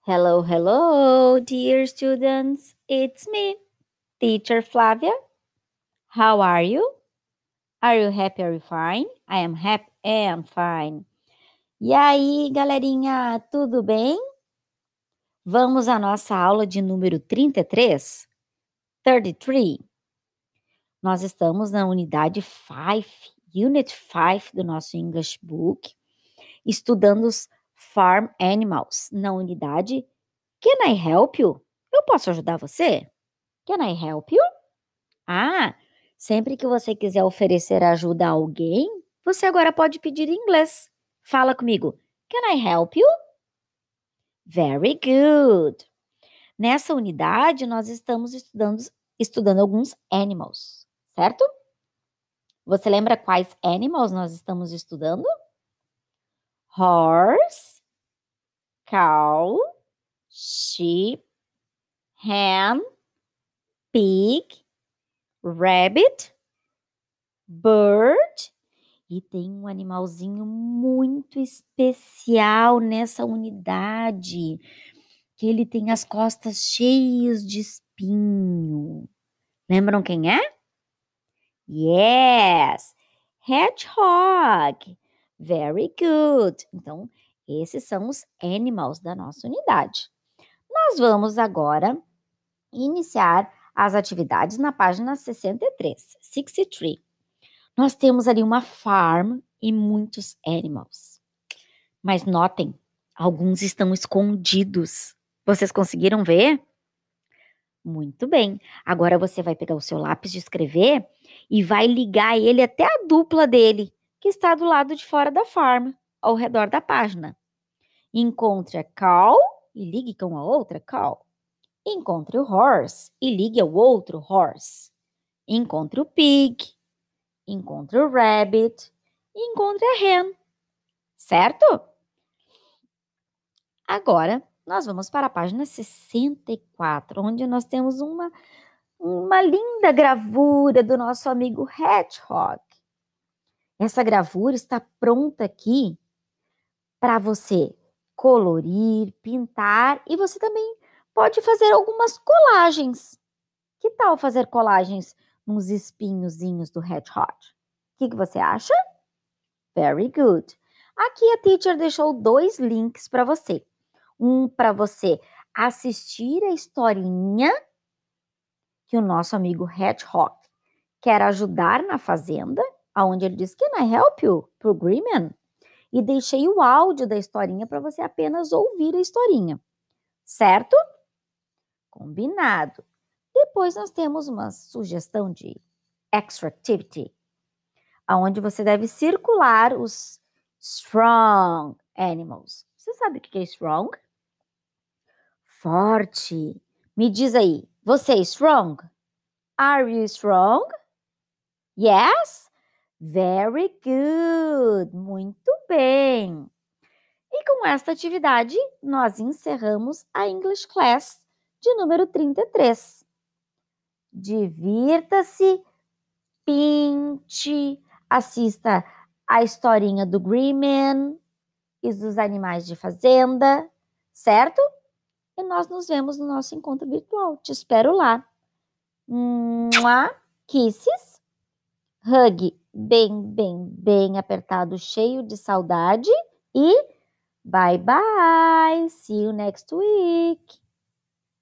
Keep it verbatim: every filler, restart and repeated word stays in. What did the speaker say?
Hello, hello, dear students. It's me, Teacher Flavia. How are you? Are you happy or fine? I am happy and fine. E aí, galerinha, tudo bem? Vamos à nossa aula de número trinta e três? trinta e três. Nós estamos na unidade cinco, Unit cinco do nosso English Book, estudando os Farm Animals na unidade Can I help you? Eu posso ajudar você? Can I help you? Ah, sempre que você quiser oferecer ajuda a alguém, você agora pode pedir em inglês. Fala comigo. Can I help you? Very good. Nessa unidade, nós estamos estudando, estudando alguns animals, certo? Você lembra quais animals nós estamos estudando? Horse, cow, sheep, hen, pig, rabbit, bird. E tem um animalzinho muito especial nessa unidade, que ele tem as costas cheias de espinho. Lembram quem é? Yes! Hedgehog! Very good! Então, esses são os animals da nossa unidade. Nós vamos agora iniciar as atividades na página sessenta e três, sessenta e três. Nós temos ali uma farm e muitos animals. Mas notem, alguns estão escondidos. Vocês conseguiram ver? Muito bem. Agora você vai pegar o seu lápis de escrever e vai ligar ele até a dupla dele, que está do lado de fora da farm, ao redor da página. Encontre a cow e ligue com a outra cow. Encontre o horse e ligue ao outro horse. Encontre o pig. Encontre o rabbit e encontre a hen, certo? Agora, nós vamos para a página sessenta e quatro, onde nós temos uma, uma linda gravura do nosso amigo Hedgehog. Essa gravura está pronta aqui para você colorir, pintar e você também pode fazer algumas colagens. Que tal fazer colagens nos espinhozinhos do Hedgehog? O que, que você acha? Very good. Aqui a teacher deixou dois links para você. Um para você assistir a historinha que o nosso amigo Hedgehog quer ajudar na fazenda, onde ele diz, Can I help you? Pro Agreement. E deixei o áudio da historinha para você apenas ouvir a historinha. Certo? Combinado. Depois nós temos uma sugestão de extra activity, onde você deve circular os strong animals. Você sabe o que é strong? Forte. Me diz aí, você é strong? Are you strong? Yes? Very good. Muito bem. E com esta atividade, nós encerramos a English Class de número trinta e três. Divirta-se, pinte, assista a historinha do Green e dos animais de fazenda, certo? E nós nos vemos no nosso encontro virtual. Te espero lá. Mua, kisses, hug bem, bem, bem apertado, cheio de saudade e bye bye. See you next week.